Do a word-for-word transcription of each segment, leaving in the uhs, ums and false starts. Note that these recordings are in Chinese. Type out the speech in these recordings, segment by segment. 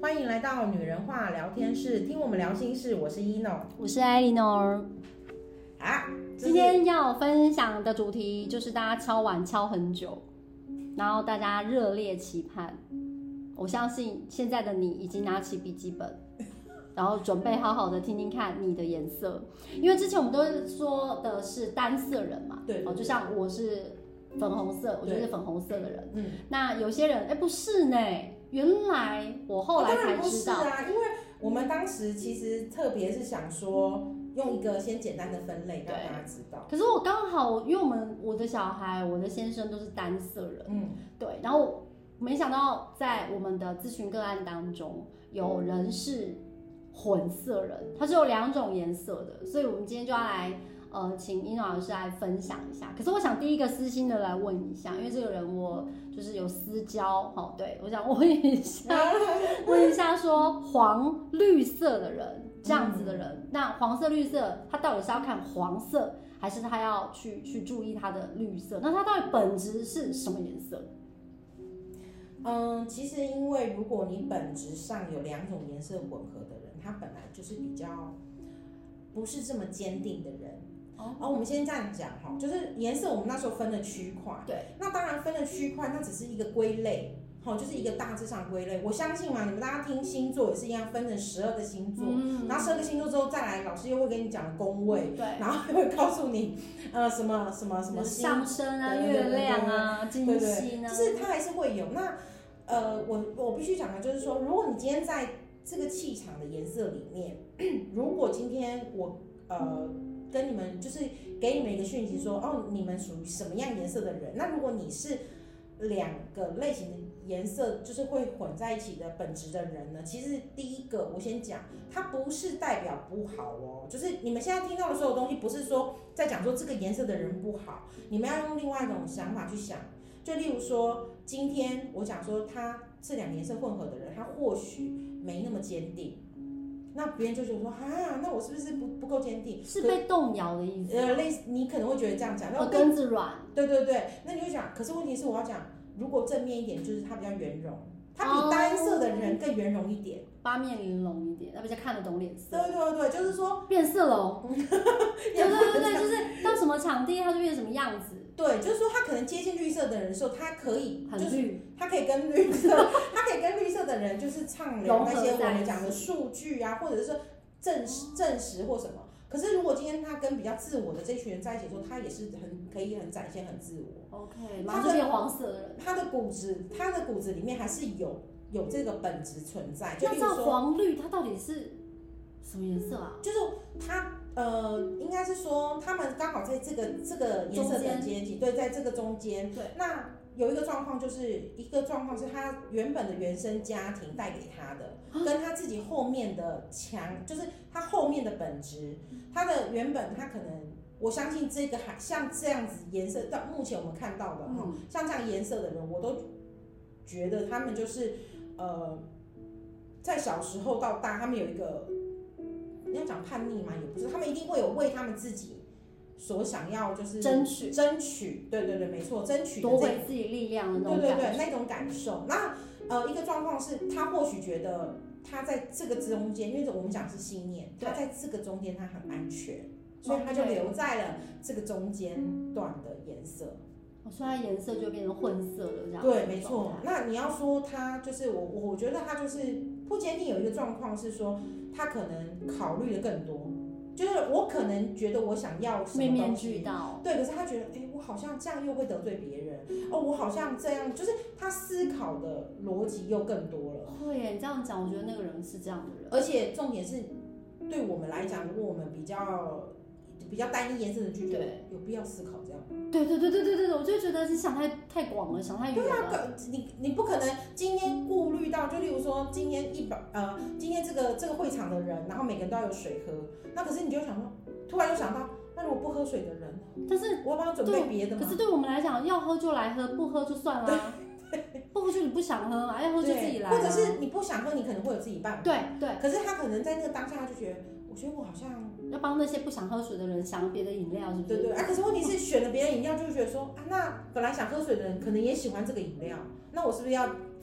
欢迎来到女人话聊天室，听我们聊心事。我是一诺， 我是艾莉诺。 啊， 今天要分享的主题就是大家敲碗敲很久，然后大家热烈期盼。我相信现在的你已经拿起笔记本，然后准备好好的听听看你的颜色，因为之前我们都说的是单色人嘛， 对， 哦，就像我是粉红色，我就是粉红色的人。 嗯， 那有些人哎不是呢，原来我后来才知道， 哦、啊，因为我们当时其实特别是想说用一个先简单的分类让大家知道。 可是我刚好因为我们我的小孩、我的先生都是单色人，嗯，对，然后没想到在我们的咨询个案当中，有人是混色人，它是有两种颜色的，所以我们今天就要来呃请一诺老师来分享一下。可是我想第一个私心的来问一下，因为这个人我就是有私交，好，对我想问一下，问一下说黄绿色的人这样子的人，嗯、那黄色绿色他到底是要看黄色，还是他要去去注意他的绿色？那他到底本质是什么颜色？ 嗯，其实因为如果你本质上有两种颜色混合的人，他本来就是比较不是这么坚定的人。哦，我们先这样讲哈，就是颜色我们那时候分了区块， 对， 那当然分了区块，那只是一个归类，好，就是一个大致上归类。我相信嘛，你们大家听星座也是一样，分成十二个星座，嗯、然后十二个星座之后再来，老师又会跟你讲宫位， 对， 然后又会告诉你，呃，什么什么什么上升啊、月亮啊、金星啊， 就是它还是会有。那呃，我我必须讲的就是说，如果你今天在这个气场的颜色里面，如果今天我呃。跟你们就是给你们一个讯息说，哦，你们属于什么样颜色的人？那如果你是两个类型的颜色，就是会混在一起的本质的人呢？其实第一个我先讲，它不是代表不好哦，就是你们现在听到的所有东西，不是说在讲说这个颜色的人不好，你们要用另外一种想法去想。就例如说，今天我讲说他这两个颜色混合的人，他或许没那么坚定。那别人就觉得说，啊，那我是不是不不够坚定？ 是被动摇的意思。 呃，类似你可能会觉得这样讲， 我根子软。 对对对，那你就讲，可是问题是我要讲，如果正面一点，就是他比较圆融，他比单色的人更圆融一点，哦、 八面玲珑一点，他比较看得懂脸色。 对对对，就是说变色龙。对对对对，就是到什么场地他就变什么样子。 对，就是说他可能接近绿色的人的时候，他可以很绿， 他可以跟绿色，他可以跟绿色的人就是畅聊那些我们讲的数据啊，或者是证实证实或什么。可是如果今天他跟比较自我的这群人在一起的时候，他也是很可以很展现很自我。 OK， 马上就变黄色的人， 他的骨子，他的骨子里面还是有有这个本质存在。就那这黄绿，它到底是什么颜色啊？ 就是他。呃，应该是说他们刚好在这个这个颜色的阶级，对，在这个中间。 对， 那有一个状况，就是一个状况是他原本的原生家庭带给他的，啊、跟他自己后面的强，就是他后面的本质，他的原本他可能，我相信这个还像这样子颜色，到目前我们看到的哈、嗯，像这样颜色的人，我都觉得他们就是呃，在小时候到大，他们有一个。你要讲叛逆嘛，也不是，他们一定会有为他们自己所想要就是争取争取，对对对，没错，争取夺回自己力量的那种感受， 对对对，那种感受。那呃，一个状况是他或许觉得他在这个中间，因为我们讲是信念，他在这个中间他很安全，所以他就留在了这个中间段的颜色。 所以它颜色就变成混色了，这样。 对，没错。那你要说他就是我，我觉得他就是不坚定。有一个状况是说，他可能考虑的更多，就是我可能觉得我想要什么东西， 面面俱到。 对，可是他觉得，哎、欸，我好像这样又会得罪别人，哦，我好像这样，就是他思考的逻辑又更多了。 会耶，你这样讲，我觉得那个人是这样的人。 而且重点是，对我们来讲，如果我们比较。比较单一颜色的就觉得有必要思考这样。 对对对对对对，我就觉得你想太太广了，想太远了。 对啊，你你不可能今天顾虑到，就例如说今天一百呃，今天这个这个会场的人，然后每个人都要有水喝，那可是你就想说，突然又想到，那如果不喝水的人呢？ 但是我要帮他准备别的嘛。 可是对我们来讲，要喝就来喝，不喝就算了。不喝就你不想喝嘛，要喝就自己来。 或者是你不想喝，你可能会有自己办法。 对对。 可是他可能在那个当下，他就觉得。我觉得我好像要帮那些不想喝水的人想别的饮料，是不是？ 对对啊，可是问题是选了别的饮料，就会觉得说啊，那本来想喝水的人可能也喜欢这个饮料，那我是不是要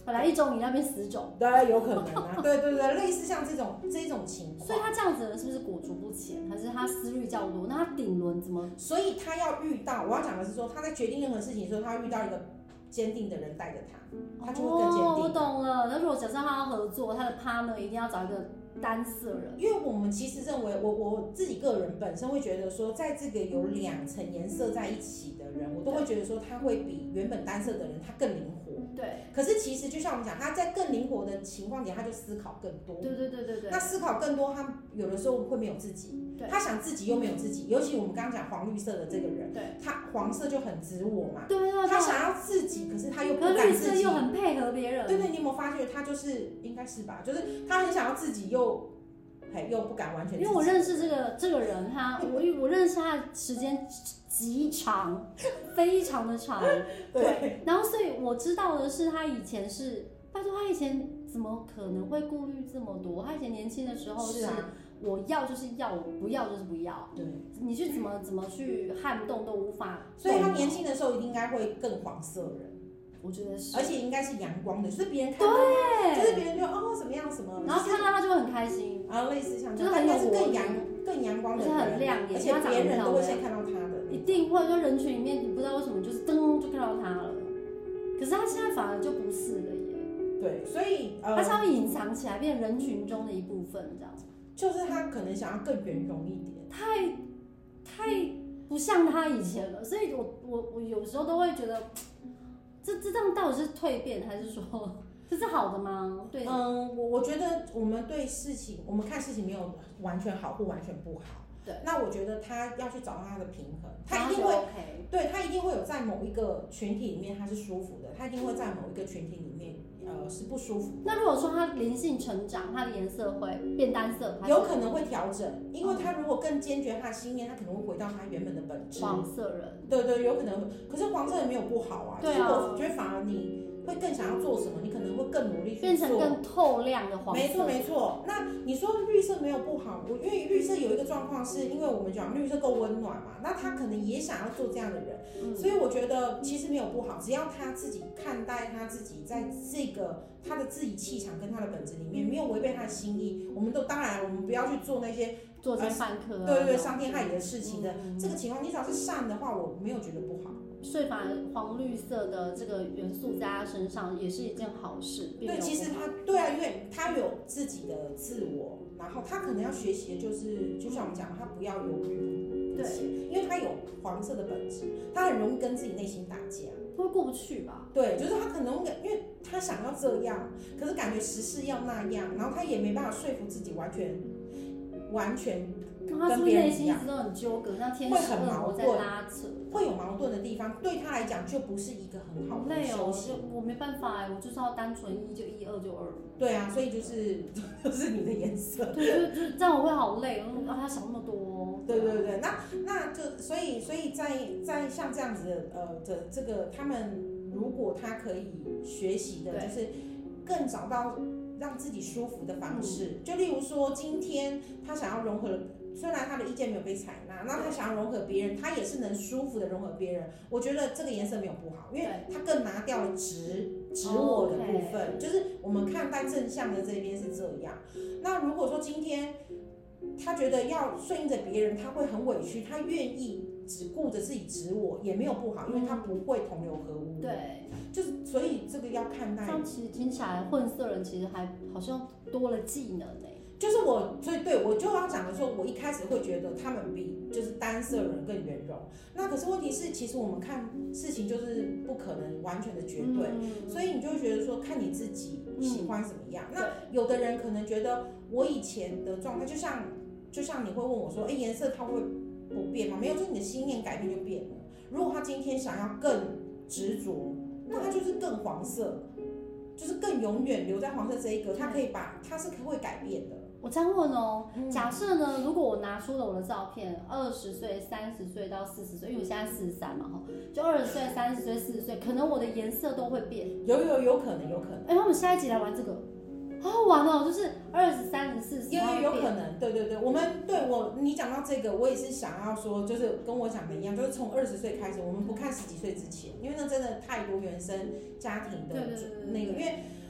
本来一种你那边十种， 对，有可能啊，对对对，类似像这种这种情况。 所以他这样子的人是不是裹足不前，还是他思虑较多？那他顶轮怎么？ 所以他要遇到，我要讲的是说，他在决定任何事情的时候，他要遇到一个坚定的人带着他，他就会更坚定。 哦，我懂了。那如果假设他要合作，他的 partner 一定要找一个单色人， 因为我们其实认为，我我自己个人本身会觉得说，在这个有两层颜色在一起的人，我都会觉得说，他会比原本单色的人他更灵活。 对。 可是其实就像我们讲，他在更灵活的情况底下，他就思考更多。 对对对对对。 那思考更多，他有的时候会没有自己，他想自己又没有自己。尤其我们刚刚讲黄绿色的这个人， 对， 他黄色就很直我嘛， 对啊， 他想要自己，可是他又不敢自己。 绿色又很配合别人。 对对，你有没有发觉他就是应该是吧？就是他很想要自己又。又不敢完全， 因为我认识这个这个人，他我我认识他的时间极长，非常的长，对。然后所以我知道的是，他以前是，拜托他以前怎么可能会顾虑这么多？他以前年轻的时候是，我要就是要，我不要就是不要。 对， 你去怎么怎么去撼动都无法。 所以他年轻的时候一定应该会更黄色人。 我觉得是， 而且应该是阳光的，所以别人看到他，就是别人就哦怎么样什么， 然后看到他就会很开心， 然后类似像就是很有是更阳更阳光的人， 很亮眼， 而且别人都会先看到他的， 一定会，就人群里面你不知道为什么就是噔就看到他了，可是他现在反而就不是了耶。 对，所以呃， 他稍微隐藏起来，变成人群中的一部分，这样。 就是他可能想要更圆融一点， 太太不像他以前了，所以我我我有时候都会觉得。这这样到底是蜕变，还是说这是好的吗？对， 嗯，我我觉得我们对事情，我们看事情没有完全好或完全不好。 对， 那我觉得他要去找到他的平衡，他一定会， OK， 对他一定会有在某一个群体里面他是舒服的，他一定会在某一个群体里面呃是不舒服的。 那如果说他灵性成长，他的颜色会变单色， 有可能会调整，因为他如果更坚决他的信念，他可能会回到他原本的本质。 黄色人， 对对，有可能，可是黄色人没有不好啊， 对啊， 就是我觉得反而你会更想要做什么，你可能会更努力去做， 变成更透亮的黄色。 没错没错。那你说绿色没有不好，我因为绿色有一个状况是因为我们讲绿色够温暖嘛，那他可能也想要做这样的人，嗯、所以我觉得其实没有不好，只要他自己看待他自己在这个他的自己气场跟他的本质里面没有违背他的心意，我们都当然我们不要去做那些作奸犯科、啊， 对对对，伤天害理的事情的、嗯、这个情况，你只要是善的话，我没有觉得不好。 所以反而黄绿色的这个元素在他身上也是一件好事。 对，其实他对啊，因为他有自己的自我，然后他可能要学习的就是，就像我们讲，他不要犹豫， 对， 因为他有黄色的本质，他很容易跟自己内心打架， 会过不去吧？ 对，就是他可能因为他想要这样，可是感觉时事要那样，然后他也没办法说服自己完全完全。 他是不是内心一直都很纠葛，像天使恶魔在拉扯， 会有矛盾的地方，对他来讲就不是一个很好的休息。 累哦，我没办法哎，我就是要单纯一就一，二就二。 对啊，所以就是就是你的颜色。 对，就就这样我会好累，然后他想那么多。 对对对，那那就所以所以在在像这样子的呃的这个，他们如果他可以学习的，就是更找到让自己舒服的方式，嗯、就例如说今天他想要融合。虽然他的意见没有被采纳，那他想要融合别人，他也是能舒服的融合别人。我觉得这个颜色没有不好，因为他更拿掉了执执我的部分， okay. 就是我们看待正向的这边是这样。那如果说今天他觉得要顺应着别人，他会很委屈，他愿意只顾着自己执我，也没有不好，因为他不会同流合污。 对， 就是所以这个要看待。 这样其实听起来混色人其实还好像多了技能呢、欸。 就是我，所以对我就要讲的说，我一开始会觉得他们比就是单色人更圆融。那可是问题是，其实我们看事情就是不可能完全的绝对，嗯、所以你就会觉得说，看你自己喜欢怎么样。嗯、那有的人可能觉得我以前的状态，就像就像你会问我说，哎，颜色它会不变吗？没有，就是你的心念改变就变了。如果他今天想要更执着，那他就是更黄色，就是更永远留在黄色这一个，他可以把它是会改变的。 我这样问哦，嗯、假设呢，如果我拿出了我的照片，二十岁、三十岁到四十岁，因为我现在四十三嘛哈，就二十岁、三十岁、四十岁，可能我的颜色都会变。 有有有可能，有可能。 哎、欸，那我们下一集来玩这个，好好玩哦，就是二十、三十、四十， 有有有可能，对对对，我们对我你讲到这个，我也是想要说，就是跟我讲的一样，就是从二十岁开始，我们不看十几岁之前，因为那真的太多原生家庭的那个，因为。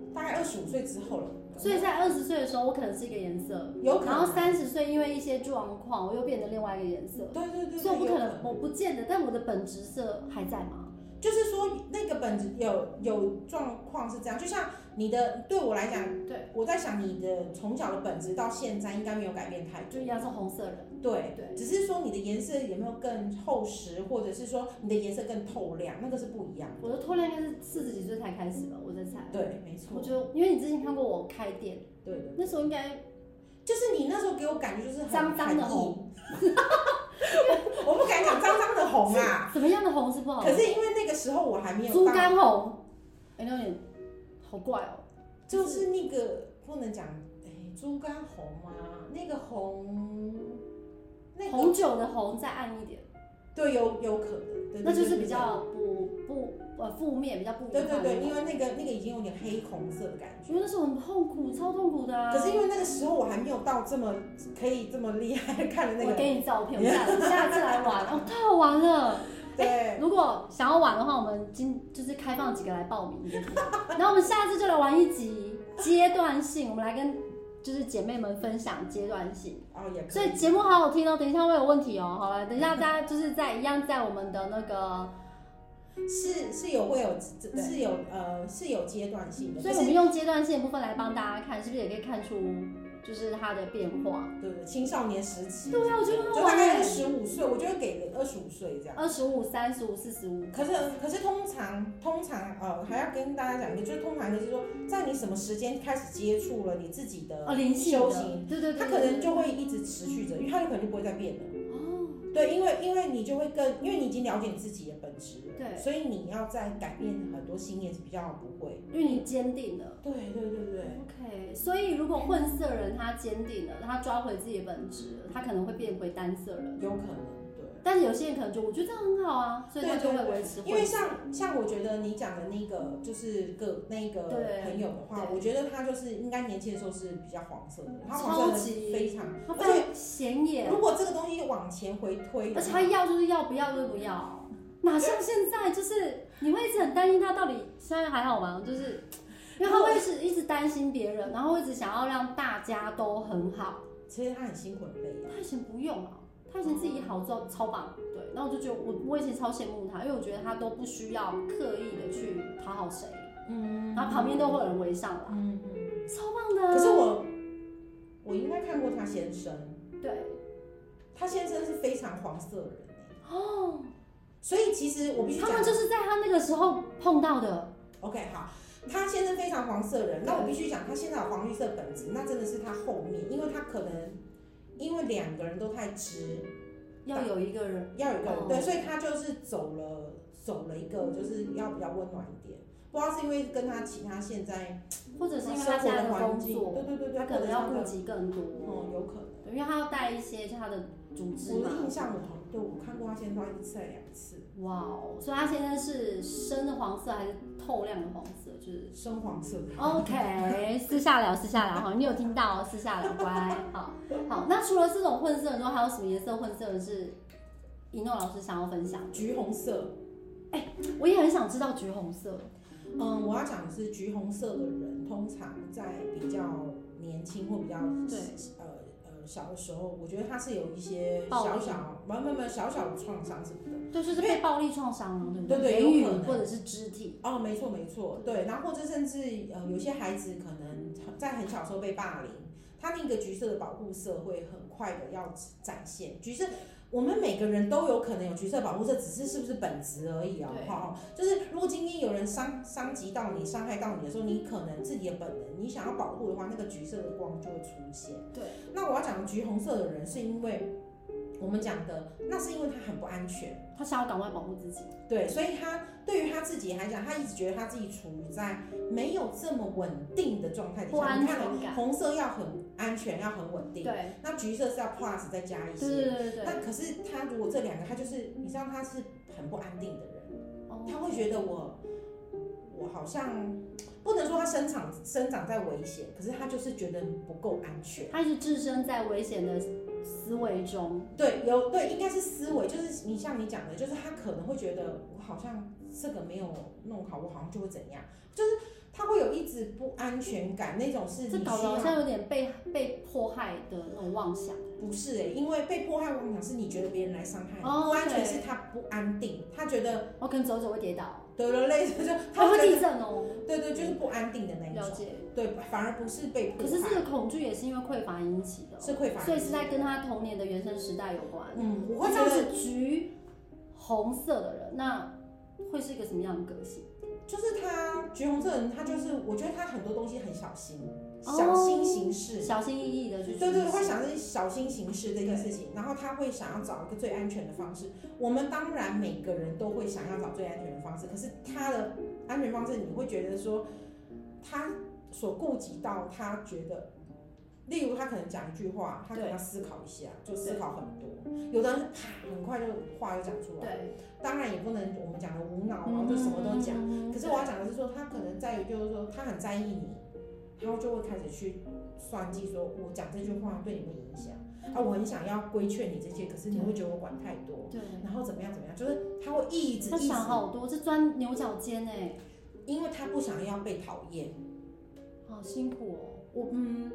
大概二十五岁之后了。 所以在二十岁的时候，我可能是一个颜色， 有可能。 然后三十岁因为一些状况，我又变成另外一个颜色。 对对 对, 对。 所以我不可能，我不见得，但我的本质色还在吗？ 就是说，那个本质有有状况是这样，就像你的，对我来讲， 对， 我在想你的从小的本质到现在应该没有改变太多， 就一样是红色人。 对对，只是说你的颜色有没有更厚实，或者是说你的颜色更透亮，那个是不一样的。 我的透亮应该是四十几岁才开始吧，我在猜。 对，没错。 我觉得，因为你之前看过我开店， 对对， 那时候应该就是你那时候给我感觉就是很脏脏的红。 我不敢讲脏脏的红啊， 什么样的红是不好的？ 可是因为那个时候我还没有猪肝红，哎、欸，那有点好怪哦、喔。 就是那个不能讲，哎、欸，猪肝红吗？那个红，那个红酒的红再暗一点。 对，有有可能，对对对， 那就是比较不不呃负面，比较不愉快。 对对对，因为那个那个已经有点黑红色的感觉。 因为那时候很痛苦，超痛苦的啊。 可是因为那个时候我还没有到这么可以这么厉害看的那个。 我给你照片，我下下次来玩。哦，太好玩了。 对、 欸，如果想要玩的话，我们今就是开放几个来报名，然后我们下次就来玩一集阶段性，我们来跟就是姐妹们分享阶段性。 哦，也可以。 所以节目好好听哦，等一下会有问题哦。好了，等一下大家就是在一样在我们的那个。 是是有会有是有呃是有阶段性的， 所以我们用阶段性的部分来帮大家看，是不是也可以看出就是它的变化？ 对对，青少年时期。 对啊，我觉得就大概是十五岁，我觉得给二十五岁这样。 二十五、三十五、四十五。 可是可是通常通常呃还要跟大家讲一个，就是通常就是说，在你什么时间开始接触了你自己的修行， 对对对， 它可能就会一直持续着，因为它有可能就不会再变了。对，因为因为你就会更，因为你已经了解你自己的本质了， 对， 所以你要再改变很多信念是比较不会， 因为你坚定了。 对对对对。 OK， 所以如果混色人他坚定了，他抓回自己的本质了，他可能会变回单色人， 有可能。 但是有些人可能就我觉得这样很好啊，所以他就会维持。 因为像像我觉得你讲的那个就是个那个朋友的话，我觉得他就是应该年轻的时候是比较黄色的，他黄色的非常， 而且显眼。 如果这个东西往前回推， 而且他要就是要，不要就是不要，哪像现在就是你会一直很担心他到底现在还好吗？就是因为他会是一直担心别人，然后一直想要让大家都很好。 其实他很辛苦很累。 他以前不用啊。他以前自己好做超棒，对，然后我就觉得我我以前超羡慕他，因为我觉得他都不需要刻意的去讨好谁，嗯，然后旁边都会有人围上来，嗯嗯，超棒的。 可是我我应该看过他先生， 对， 他先生是非常黄色的人哦， 所以其实我必须讲， 他们就是在他那个时候碰到的。 OK， 好，他先生非常黄色的人，那我必须讲他现在有黄绿色本质，那真的是他后面，因为他可能。因为两个人都太直， 要有一个人， 要有一个人，哦、对，所以他就是走了，走了一个，就是要比较温暖一点。不知道是因为跟他其他现在， 或者是因为他现在的工作， 对对对对， 他可能要顾及更多， 哦、嗯，有可能， 因为他要带一些他的组织嘛。 我的印象，我对我看过他先生一次还两次。 哇哦，所以他现在是深的黄色还是透亮的黄色？就是深黄色的。 OK， 私下聊，私下聊哈，你有听到哦？私下聊，乖，好，好。那除了这种混色之外，还有什么颜色混色的是一诺老师想要分享？ 橘红色。 哎、欸，我也很想知道橘红色。 嗯，我要讲的是橘红色的人，通常在比较年轻或比较对呃呃小的时候，我觉得他是有一些小小没有没有小小的创伤什么的。 对，就是被暴力创伤了，对不对？ 对对， 言语或者是肢体。 哦，没错没错，对，然后或者甚至呃有些孩子可能在很小时候被霸凌，他那个橘色的保护色会很快的要展现。橘色，我们每个人都有可能有橘色保护色，只是是不是本质而已哦。好，就是如果今天有人伤伤及到你、伤害到你的时候，你可能自己的本能，你想要保护的话，那个橘色的光就会出现。 对。 那我要讲橘红色的人，是因为我们讲的，那是因为他很不安全。 他想要赶快保护自己， 对，所以他对于他自己来讲，他一直觉得他自己处于在没有这么稳定的状态底下。 不安全感。 你看，红色要很安全，要很稳定。 对。 那橘色是要 plus 再加一些。 对对对对。 那可是他如果这两个，他就是你知道他是很不安定的人，哦、他会觉得我我好像不能说他生长生长在危险，可是他就是觉得不够安全。 他是置身在危险的思维中， 对，有对，应该是思维，就是你像你讲的，就是他可能会觉得我好像这个没有弄好，我好像就会怎样，就是他会有一直不安全感，那种是你这搞得好像有点被被迫害的那种妄想。 不是哎、欸，因为被迫害妄想是你觉得别人来伤害你， 哦、 不安全是他不安定，他觉得我可能走走会跌倒， 对了，类似就他会地震哦， 对对，就是不安定的那一种。 了解， 对，反而不是被迫害。 可是这个恐惧也是因为匮乏引起的、哦， 是匮乏， 所以是在跟他童年的原生时代有关。 嗯，我会觉得是橘红色的人，那会是一个什么样的个性？ 就是他橘红色的人，他就是我觉得他很多东西很小心，小心行事， 哦、小心翼翼的去对对，会想着小心行事这件事情，然后他会想要找一个最安全的方式。我们当然每个人都会想要找最安全的方式，可是他的安全方式，你会觉得说他所顾及到，他觉得。例如，他可能讲一句话，他可能要思考一下，就思考很多。有的人啪，很快就话就讲出来。 对， 当然也不能我们讲的无脑，然后就什么都讲。嗯、可是我要讲的是说，他可能在于就是说，他很在意你，然后就会开始去算计，说我讲这句话对你们影响啊，我很想要规劝你这些，可是你会觉得我管太多， 对， 然后怎么样怎么样，就是他会一直一直。 他想好多，这钻牛角尖哎， 因为他不想要被讨厌， 好辛苦哦。 我嗯。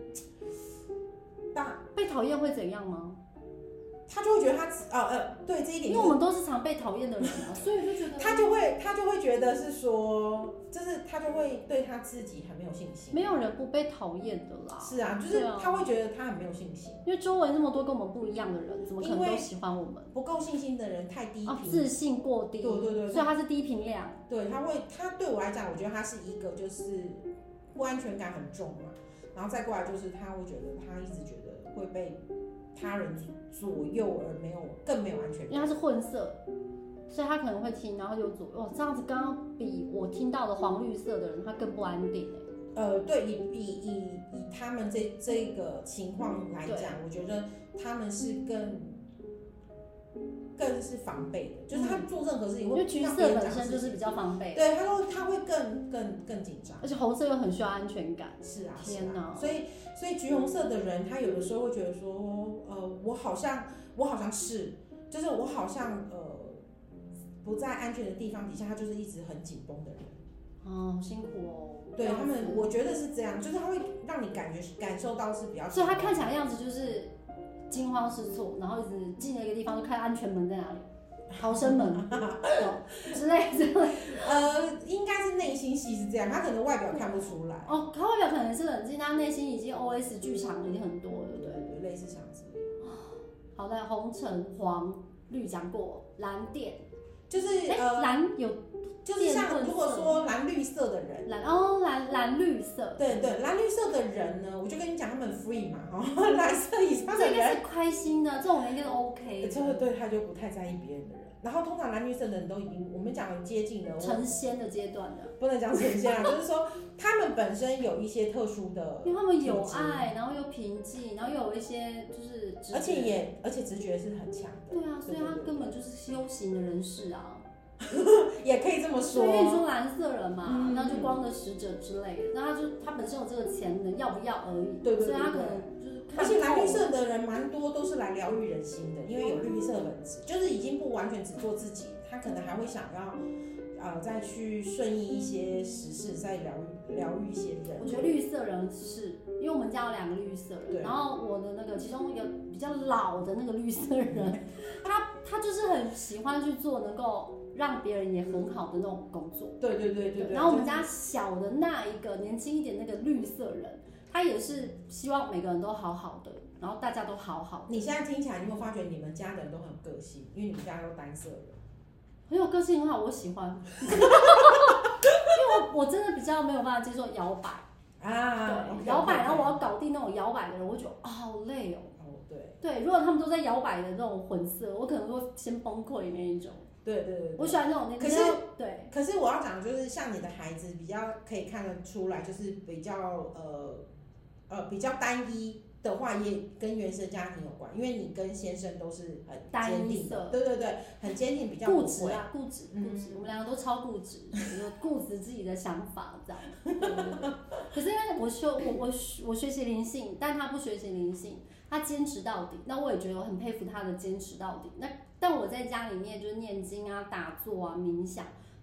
被讨厌会怎样吗？ 他就会觉得他呃呃对这一点、就是， 因为我们都是常被讨厌的人啊，所以就觉得他就会他就会觉得是说，就是他就会对他自己很没有信心。 没有人不被讨厌的啦。 是啊，就是他会觉得他很没有信心， 因为周围那么多跟我们不一样的人，怎么可能都喜欢我们？ 不够信心的人太低频、哦， 自信过低。 对对对， 所以他是低频量。 对，他会他对我来讲，我觉得他是一个就是不安全感很重嘛，然后再过来就是他会觉得他一直觉得。会被他人左右而没有更没有安全感， 因为他是混色，所以他可能会听，然后就左右。这样子刚刚比我听到的黄绿色的人，他更不安定哎。 呃，对，以以以以他们这这个情况来讲，我觉得他们是更更是防备的，就是他做任何事情会， 因为橘色本身就是比较防备， 对，他说他会更更更紧张， 而且红色又很需要安全感。 是啊， 天哪！ 所以所以橘红色的人，他有的时候会觉得说，呃，我好像我好像是，就是我好像呃不在安全的地方底下，他就是一直很紧绷的人。 哦，辛苦哦。 对他们，我觉得是这样，就是他会让你感觉感受到是比较， 所以他看起来样子就是惊慌失措，然后一直进了一个地方就看安全门在哪里，逃生门之类的。 呃，应该是内心戏是这样，他可能外表看不出来。 哦，他外表可能是冷静，他内心已经 O S 剧场已经很多了，对不对？ 对，类似这样子。 好的，红橙黄绿讲过，蓝靛就是呃蓝有。 就是像如果说蓝绿色的人， 蓝哦蓝蓝绿色， 对对，蓝绿色的人呢，我就跟你讲，他们 free 嘛，哈，蓝色以上的人， 这个是开心的，这种人应该是 OK 的。这个对他就不太在意别人的人，然后通常蓝绿色的人都已经我们讲的接近了成仙的阶段的， 不能讲成仙啊，就是说他们本身有一些特殊的， 因为他们有爱，然后又平静，然后又有一些就是而且也而且直觉是很强的， 对啊，所以他根本就是修行的人士啊。 也可以这么说， 因为你说蓝色人嘛，那、嗯、就光的使者之类的，那他就他本身有这个潜能，要不要而已。 对 对, 对, 对， 所以他可能就是看。 而且蓝绿色的人蛮多都是来疗愈人心的，因为有绿色本质，就是已经不完全只做自己，他可能还会想要呃再去顺应一些时事，再疗愈疗愈一些人。 我觉得绿色人是因为我们家有两个绿色人，然后我的那个其中一个比较老的那个绿色人，他他就是很喜欢去做能够。让别人也很好的那种工作， 对对对 对, 对。 然后我们家小的那一个年轻一点那个绿色人，他也是希望每个人都好好的，然后大家都好好的。 你现在听起来，你有没有发觉你们家的人都很有个性？因为你们家都单色人， 很有个性很好，我喜欢。因为我我真的比较没有办法接受摇摆啊， 对，摇摆，然后我要搞定那种摇摆的人，我觉得啊、哦、好累哦。 哦，对。 对，如果他们都在摇摆的那种混色，我可能会先崩溃那一种。 对对 对, 对， 我喜欢那种。 可是对， 可是我要讲的就是像你的孩子比较可以看得出来，就是比较呃呃比较单一的话，也跟原生家庭有关，因为你跟先生都是很坚定的，对对对，很坚定，比较固执啊，固执固执、嗯，我们两个都超固执，有固执自己的想法这样。对对对。可是因为我修我我我学习灵性，但他不学习灵性，他坚持到底，那我也觉得我很佩服他的坚持到底。那但我在家里面就是念经啊、打坐啊、冥想，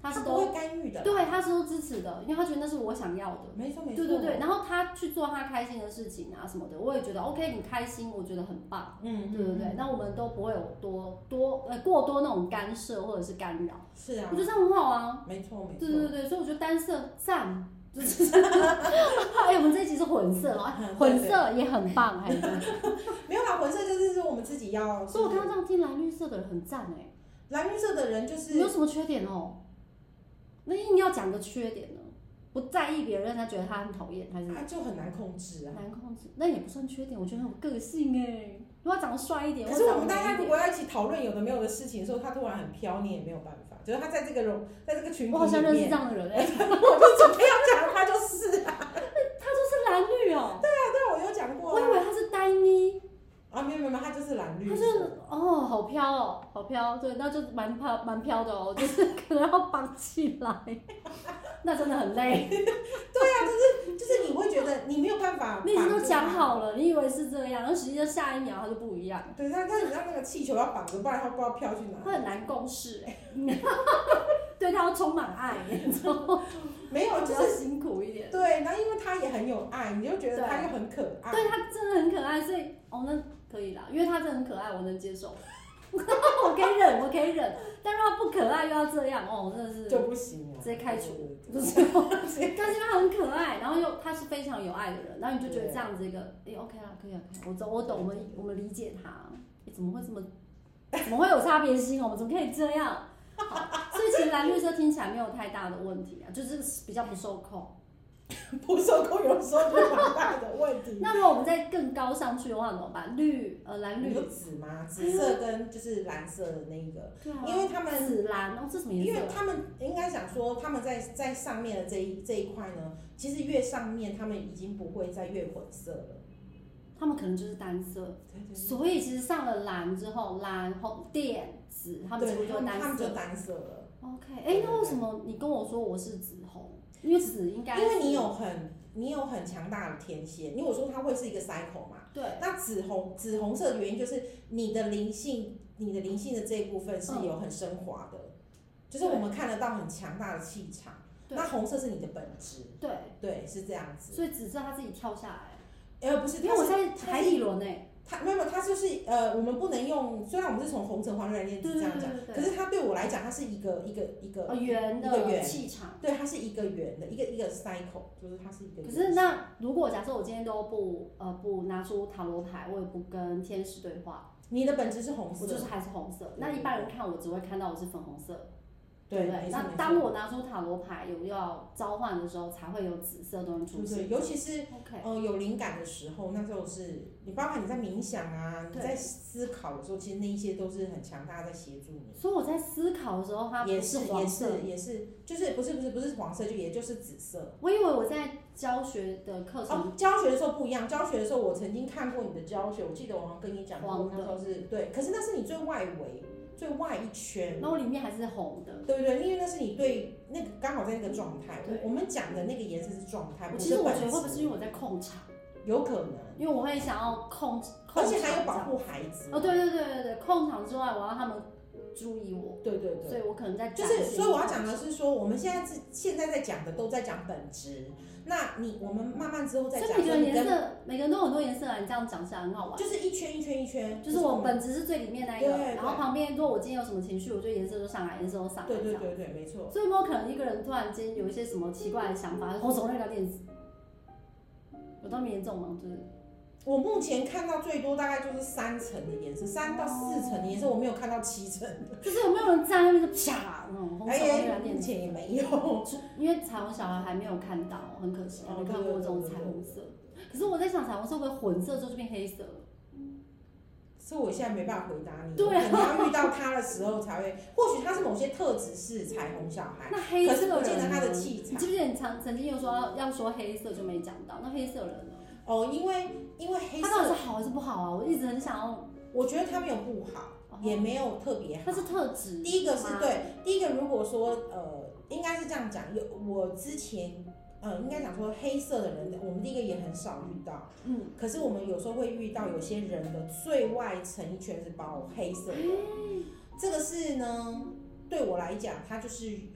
他是都不会干预的， 对，他是都支持的，因为他觉得那是我想要的， 没错没错， 对对对。然后他去做他开心的事情啊什么的，我也觉得 OK， 你开心，我觉得很棒，嗯，对对对。那我们都不会有多多呃过多那种干涉或者是干扰， 是啊， 我觉得这样很好啊， 没错没错， 对对对，所以我觉得单色赞。就是，哎，我们这一集是混色哦，混色也很棒，还是没有啦，混色就是说我们自己要。 所以我刚刚这样听蓝绿色的人很赞哎， 蓝绿色的人就是没有什么缺点哦。那硬要讲个缺点呢？不在意别人，他觉得他很讨厌，还是他就很难控制啊。 难控制，那也不算缺点，我觉得很有个性哎。如果他长得帅一点， 可是我们大家如果要一起讨论有的没有的事情的时候，他突然很飘，你也没有办法。就是他在这个容，在这个群体里面， 我好像认识这样的人哎、欸， 我就准备要讲，他就是啊， 他就是蓝绿哦、 喔。对啊，对啊，我有讲过、啊。 我以为他是单一。 啊，没有没有，他就是蓝绿。 他是哦，好飘哦，好飘，对，那就蛮飘蛮飘的哦，就是可能要绑起来，那真的很累。 对啊，就是就是你会觉得你没有办法， 你已经都讲好了，你以为是这样，然后实际上下一秒它就不一样。 对，他他很像那个气球要绑着，不然他不知道飘去哪。 他很难共事哎、欸，对他要充满爱，你知道吗？ 没有，就是辛苦一点。 对，然后因为他也很有爱，你就觉得他又很可爱。 对，他真的很可爱，所以哦，那可以啦，因为他真的很可爱，我能接受。我可以忍，我可以忍，但如果他不可爱又要这样，哦，真的是就不行了， 直接开除。 不是， 但是因为他很可爱，然后又他是非常有爱的人，然后你就觉得这样子一个，哎、欸、，OK 啦，可以啊，可以，我懂，我懂，我们我们理解他，哎、欸，怎么会这么，怎么会有差别心？我们怎么可以这样？所以其实蓝绿色听起来没有太大的问题啊，就是比较不受控。 不受控有时候就蛮大的问题。 那如果我们再更高上去的话怎么办？绿呃蓝绿有紫吗？紫色跟就是蓝色的那一个， 对啊、 因为他们紫蓝哦，这什么颜色？ 因为他们应该想说他们在在上面的这一这一块呢，其实越上面他们已经不会再越混色了。 他们可能就是单色， 对对对， 所以其实上了蓝之后，蓝、红、靛、紫，他们几乎就单色， 他们就单色了。 OK， 哎、欸，那为什么你跟我说我是紫红？因为紫应该因为你有很你有很强大的天蝎，因为我说它会是一个 cycle 嘛。 对。 那紫红紫红色的原因就是你的灵性，你的灵性的这一部分是有很升华的，嗯、就是我们看得到很强大的气场。那红色是你的本质。 对。 对，是这样子。 所以紫色它自己跳下来。 呃，不是， 因为我在海底轮诶。 它没有，它就是呃，我们不能用。虽然我们是从红橙黄绿蓝靛紫这样讲，可是它对我来讲，它是一个一个一个圆的气场。 对，它是一个圆的，一个一个 cycle， 就是它是一个。 可是那如果假设我今天都不呃不拿出塔罗牌，我也不跟天使对话， 你的本质是红色， 我就是还是红色。那一般人看我只会看到我是粉红色。 对， 对，那当我拿出塔罗牌有要召唤的时候，才会有紫色东西出现。 对，尤其是 OK， 呃有灵感的时候，那时候是你包含你在冥想啊，你在思考的时候，其实那一些都是很强大在协助你。 所以我在思考的时候，它也是黄色， 也是也是，就是不是不是不是黄色，就也就是紫色。 我以为我在教学的课程， 哦，教学的时候不一样。教学的时候，我曾经看过你的教学，我记得我好像跟你讲过，那时候是对，可是那是你最外围。最外一圈， 那我里面还是红的， 对不对？因为那是你对那个刚好在那个状态。我们讲的那个颜色是状态，不是本质。其实我觉得会不会是因为我在控场？ 有可能， 因为我会想要控， 而且还有保护孩子。 哦，对对对对对，控场之外，我要他们注意我。 对对对， 所以我可能在就是，所以我要讲的是说，我们现在是现在在讲的都在讲本质。那你我们慢慢之后再讲。 所以每个人颜色，每个人都有很多颜色啊，你这样讲起来很好玩。 就是一圈一圈一圈， 就是我本质是最里面那一个，然后旁边如果我今天有什么情绪，我觉得颜色就上来，颜色都上来。 对对对对，没错。 所以有没有可能一个人突然间有一些什么奇怪的想法，红手那个电子，有那么严重吗？就是我目前看到最多大概就是三层的颜色，三到四层的颜色，我没有看到七层的。 就是有没有人站在那边就啪那种红手那个电子？ 目前也没有， 因为彩虹小孩还没有看到，很可惜，还没看过这种彩虹色。可是我在想，彩虹色会不会混色之后就变黑色了？ 所以我现在没办法回答你。 对啊， 你要遇到他的时候才会，或许他是某些特质是彩虹小孩， 那黑色可是不见得他的气场。 你记不记得你曾曾经有说要要说黑色就没讲到？那黑色人呢？ 哦，因为因为黑色， 他到底是好还是不好啊？我一直很想要。 我觉得他没有不好，哦、也没有特别好。 它是特质。 第一个是对，第一个如果说呃，应该是这样讲，有我之前。呃，应该讲说黑色的人，我们第一个也很少遇到，嗯，可是我们有时候会遇到有些人的最外层一圈是包黑色的，这个是呢，对我来讲，它就是呃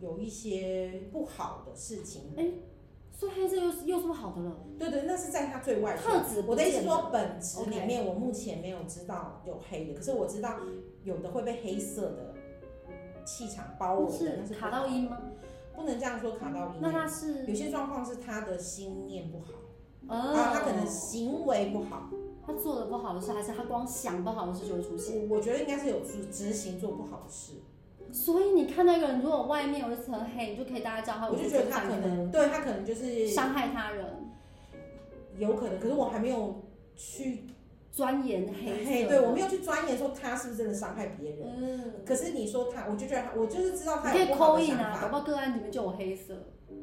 有一些不好的事情。 哎、欸，所以黑色又是又是不好的了。 对对，那是在它最外特质。 我的意思说，本质里面我目前没有知道有黑的，可是我知道有的会被黑色的气场包围的，那是卡到阴吗？ 不能这样说卡到阴。 那他是有些状况是他的心念不好， 哦， 啊，他可能行为不好。 他做的不好的事，还是他光想不好的事就会出现？ 我觉得应该是有执行做不好的事。 所以你看那个人，如果外面有一层黑，你就可以大概知道他。 我就觉得他可能，对他可能就是伤害他人， 有可能。可是我还没有去钻研黑黑，对我没有去钻研说他是不是真的伤害别人。嗯。可是你说他，我就觉得他，我就是知道他有不好的想法。 你可以扣印啊，搞不好个案里面就有黑色。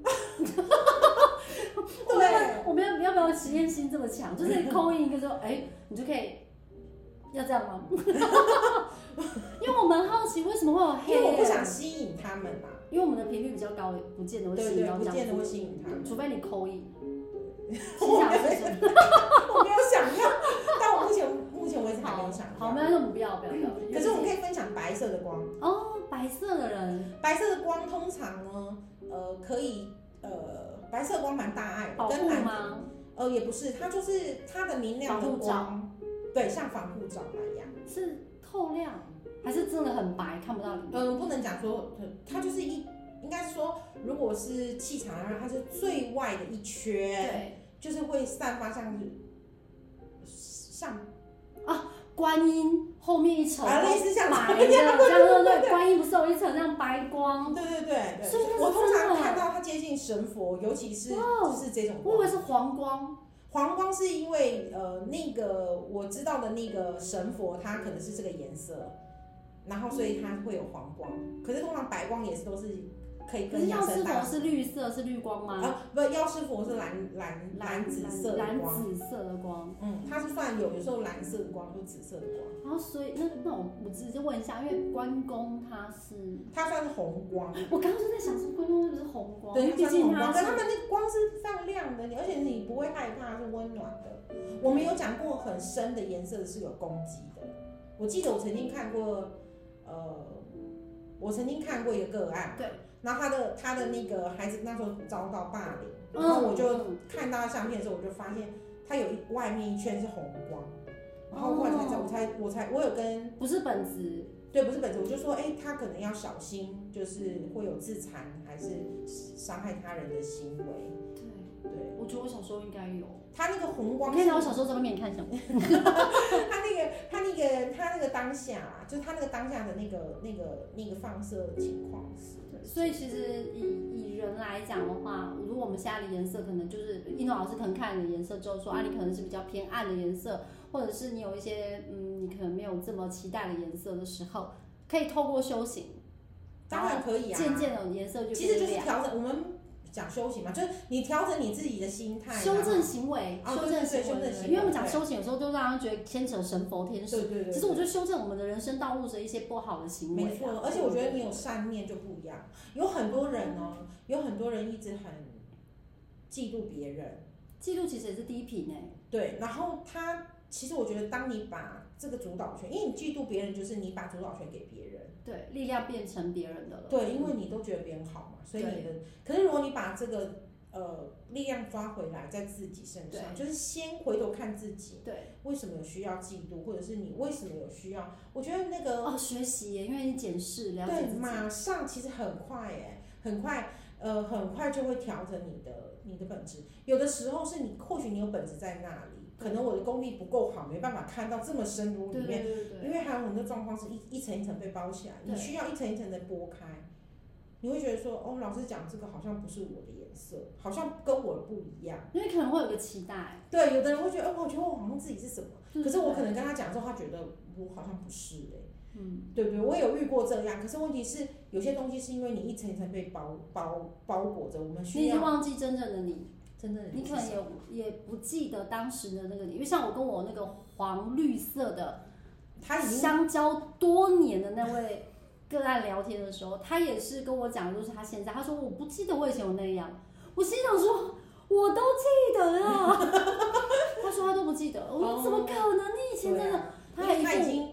对， 我们要要不要实验心这么强？就是扣印一个之后，哎、欸，你就可以要这样吗？因为我蛮好奇为什么会有黑， 因为我不想吸引他们嘛。 因为我们的频率比较高，不见得会吸引到这样子， 对对，不见得会吸引他们， 除非你扣印。 我没有，我没有想要，但我目前目前为止还没有想要。 好，没关系，我们不要不要不要。 可是我们可以分享白色的光。 哦，白色的人， 白色的光通常呢，呃，可以。呃，白色光蛮大爱的， 保护吗？ 呃，也不是，它就是它的明亮的光，对，像防护罩那样。 是透亮，还是真的很白，看不到里面？ 嗯，不能讲说，它就是一，应该是说，如果是气场的话，它是最外的一圈， 对， 就是会散发像像啊。观音后面一层啊，类似像白的，这样对对对，观音不是有一层那样白光？ 对对对对。 所以我通常看到它接近神佛，尤其是就是这种光。 我以为是黄光。 黄光是因为呃那个我知道的那个神佛，它可能是这个颜色，然后所以它会有黄光。可是通常白光也是都是可以跟养生大。 药师佛是绿色，是绿光吗？ 啊，不，药师佛是蓝蓝蓝紫色的光。 蓝紫色的光。 嗯，它是算有有时候蓝色的光，或紫色的光。 然后所以那那我我直接问一下，因为关公他是他算是红光。 我刚刚就在想说关公是不是红光？ 对， 毕竟他可他们那个光是非常亮的，而且你不会害怕，是温暖的。我们有讲过很深的颜色是有攻击的。我记得我曾经看过，呃，我曾经看过一个个案， 对， 然后他的他的那个孩子那时候遭到霸凌，然后我就看到相片的时候，我就发现他有一外面一圈是红光。然后后来才知道，我才我才我有跟不是本质， 对，不是本质，我就说，哎、欸，他可能要小心，就是会有自残还是伤害他人的行为。 对对，我觉得我小时候应该有。 他那个红光， 我可以拿我小时候照片给你看一下吗？ 他那个他那个他那个当下啊，就是他那个当下的那个那个那个放射情况是。 所以其实以以人来讲的话，如果我们家里颜色可能就是一诺老师可能看你的颜色之后说啊，你可能是比较偏暗的颜色，或者是你有一些嗯，你可能没有这么期待的颜色的时候，可以透过修行， 当然可以啊， 渐渐的颜色就其实就是调整我们。讲修行嘛，就是你调整你自己的心态， 修正行为， 哦、 修正行为， 修正行为。 因为我们讲修行，有时候就让人觉得牵扯神佛天使。 对对 对, 对。 其实我觉得修正我们的人生道路的一些不好的行为、啊。 没错，而且我觉得你有善念就不一样。有很多人哦，有很多人一直很嫉妒别人， 嫉妒其实也是低频诶。 对，然后他其实我觉得，当你把这个主导权，因为你嫉妒别人，就是你把主导权给别人。 对，力量变成别人的了。 对，因为你都觉得别人好嘛，所以你的。可是如果你把这个呃力量抓回来在自己身上，就是先回头看自己， 对， 为什么有需要嫉妒，或者是你为什么有需要？我觉得那个哦，学习耶，因为你检视了解自己， 对，马上其实很快耶，很快，呃，很快就会调整你的你的本质。有的时候是你或许你有本质在那里。可能我的功力不够好，没办法看到这么深入里面， 对对对对， 因为还有很多状况是一一层一层被包起来，你需要一层一层的剥开。你会觉得说，哦，老师讲这个好像不是我的颜色，好像跟我的不一样。 因为可能会有个期待。 对，有的人会觉得，哦，我觉得我好像自己是什么，可是我可能跟他讲之后，他觉得我好像不是哎、欸，嗯，对不对？我有遇过这样，可是问题是有些东西是因为你一层一层被包包包裹着，我们需要。 你已经忘记真正的你。 真的， 你可能也也不记得当时的那个你，因为像我跟我那个黄绿色的， 他已经相交多年的那位个案聊天的时候，他也是跟我讲，就是他现在，他说我不记得我以前有那样，我心想说，我都记得啊，他说他都不记得，我说怎么可能？你以前真的， 他他已经他已经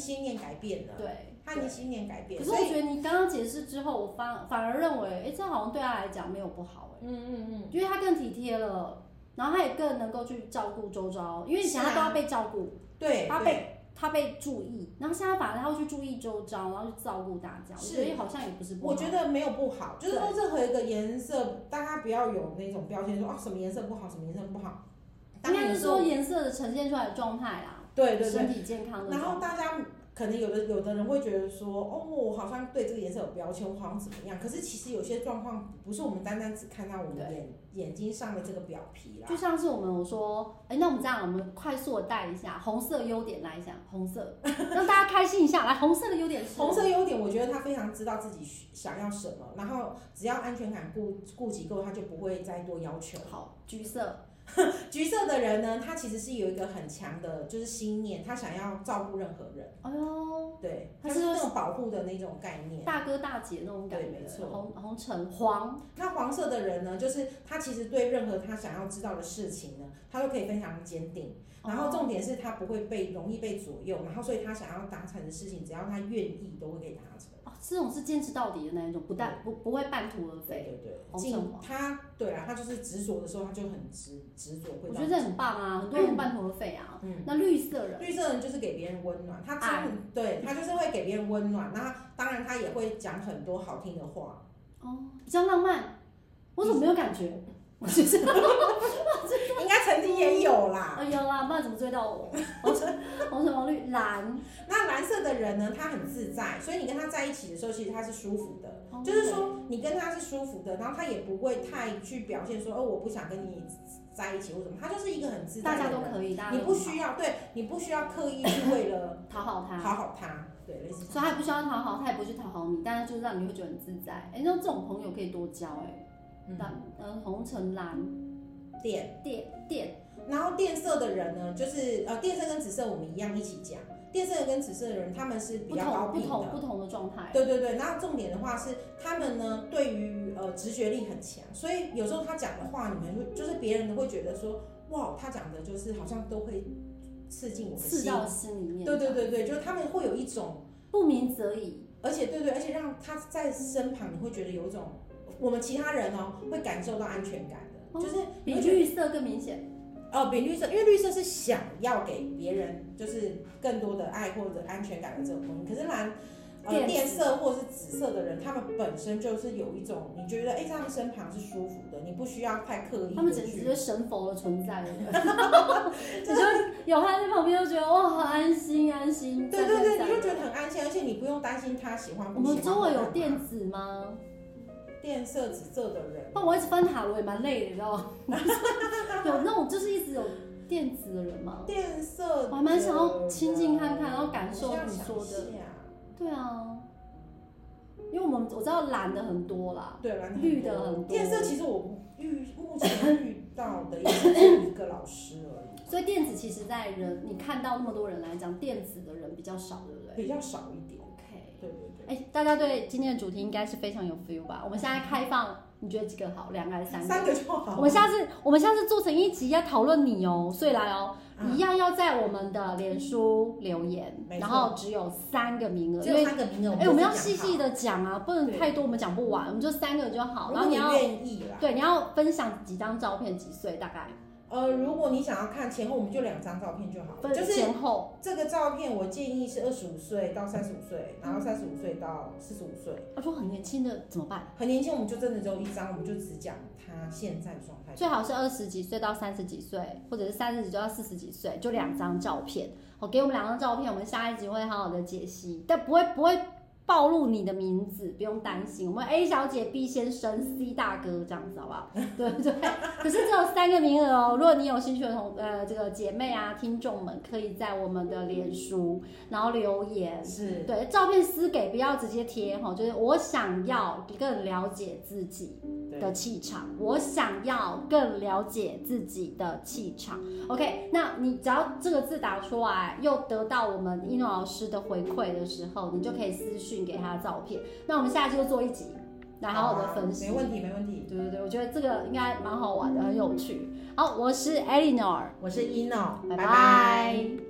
心念改变了， 对， 他已经心念改变。 可是我觉得你刚刚解释之后，我反反而认为，哎、欸，这好像对他来讲没有不好、欸，哎，嗯嗯嗯，因为他更体贴了，然后他也更能够去照顾周遭，因为以前他都要被照顾，啊、 对， 他被。他被注意，然后现在反而他会去注意周遭，然后去照顾大家，所以好像也不是不好。 我觉得没有不好，就是说任何一个颜色，大家不要有那种标签说啊什么颜色不好，什么颜色不好。 应该是说颜色的呈现出来的状态啦， 对对对， 身体健康的。 然后大家可能有的有的人会觉得说，哦，我好像对这个颜色有标签，我好像怎么样？可是其实有些状况不是我们单单只看到我们眼眼睛上的这个表皮啦。 就像是我们我说，哎、欸，那我们这样，我们快速的带一下红色优点来一下，红色让大家开心一下。来，红色的优点是？ 红色优点，我觉得他非常知道自己想要什么，然后只要安全感顾顾及够，他就不会再多要求。 好，橘色。 橘色的人呢，他其实是有一个很强的，就是心念，他想要照顾任何人。哎呦，对，他是那种保护的那种概念， 大哥大姐那种感觉。 对，没错。 红红橙黄， 那黄色的人呢，就是他其实对任何他想要知道的事情呢，他都可以非常坚定。然后重点是他不会被容易被左右，然后所以他想要达成的事情，只要他愿意，都会可以达成。 哦，这种是坚持到底的那一种，不但不不会半途而废。 对对对，他对啦，他就是执着的时候，他就很执执着。 我觉得这很棒啊，很多人半途而废啊。嗯，那绿色人， 绿色人就是给别人温暖，他真对他就是会给别人温暖，那当然他也会讲很多好听的话。 哦，比较浪漫，我怎么没有感觉？我觉得应该曾经也有啦， 哦、有啦，不然怎么追到我？红橙、红橙黄绿蓝。 那蓝色的人呢，他很自在，所以你跟他在一起的时候，其实他是舒服的，哦、就是说你跟他是舒服的，然后他也不会太去表现说，哦，我不想跟你在一起或什么，他就是一个很自在的人， 大家都可以，大家都你不需要，对你不需要刻意去为了讨好他， 讨好他，对，类似。 所以他也不需要讨好，他也不去讨好你，但是就是让你会觉得很自在。哎、欸，那这种朋友可以多交哎、欸。嗯，呃，红橙蓝。 靛靛靛， 然后靛色的人呢，就是呃，靛色跟紫色我们一样一起讲。靛色跟紫色的人，他们是比较高频的， 不同不同的状态。 对对对，然后重点的话是，他们呢对于呃直觉力很强，所以有时候他讲的话，你们会就是别人会觉得说，哇，他讲的就是好像都会刺进我的心， 刺到心里面。 对对对对，就是他们会有一种不鸣则已， 而且对对，而且让他在身旁，你会觉得有一种我们其他人哦会感受到安全感。就是比绿色更明显， 哦，比绿色，因为绿色是想要给别人就是更多的爱或者安全感的这种东西，可是蓝呃靛色或是紫色的人，他们本身就是有一种你觉得哎，在他们身旁是舒服的，你不需要太刻意， 他们简直是神佛的存在，你就有他在旁边，就觉得哇，好安心安心， 对对对，你就觉得很安心，而且你不用担心他喜欢不喜欢。 我们周围有靛紫吗？ 靛色、紫色的人， 那我一直翻塔罗也蛮累的，你知道吗？有那种就是一直有靛紫的人吗？ 靛色， 我还蛮想要亲近看看，然后感受你说的。对啊，因为我们我知道蓝的很多啦， 对，蓝绿的很多。 靛色其实我遇目前遇到的也是一个老师而已。 所以靛紫其实在人你看到那么多人来讲，靛紫的人比较少，对不对？ 比较少一点。对对对， 哎、欸，大家对今天的主题应该是非常有 feel 吧？我们现在开放，你觉得几个好？两个还是三个？ 三个就好。 我们下次，我们下次做成一集要讨论你哦，所以来哦，嗯、一样要在我们的脸书留言，然后只有三个名额， 只有三个名额。 哎、欸，我们要细细的讲啊，不能太多，我们讲不完，我们就三个就好。然后你要愿意啦， 对，你要分享几张照片，几岁大概？ 呃，如果你想要看前后，我们就两张照片就好了。就是前后这个照片，我建议是二十五岁到三十五岁，然后三十五岁到四十五岁。 他说很年轻的怎么办？ 很年轻，我们就真的只有一张，我们就只讲他现在的状态。 最好是二十几岁到三十几岁，或者是三十几岁到四十几岁，就两张照片。好，给我们两张照片，我们下一集会好好的解析，但不会不会暴露你的名字，不用担心。我们 A 小姐、B 先生、C 大哥这样子好不好？对对。可是只有三个名额哦。如果你有兴趣的同呃这个姐妹啊听众们，可以在我们的脸书然后留言， 是对照片私给，不要直接贴哈。就是我想要更了解自己的气场，我想要更了解自己的气场。OK， 那你只要这个字打出来，又得到我们一诺老师的回馈的时候，你就可以私讯给他的照片。那我们下期就做一集来好好的分析。 没问题，没问题。 对对对，我觉得这个应该蛮好玩的，很有趣。好，我是 Eleanor， 我是 Eno， 拜拜。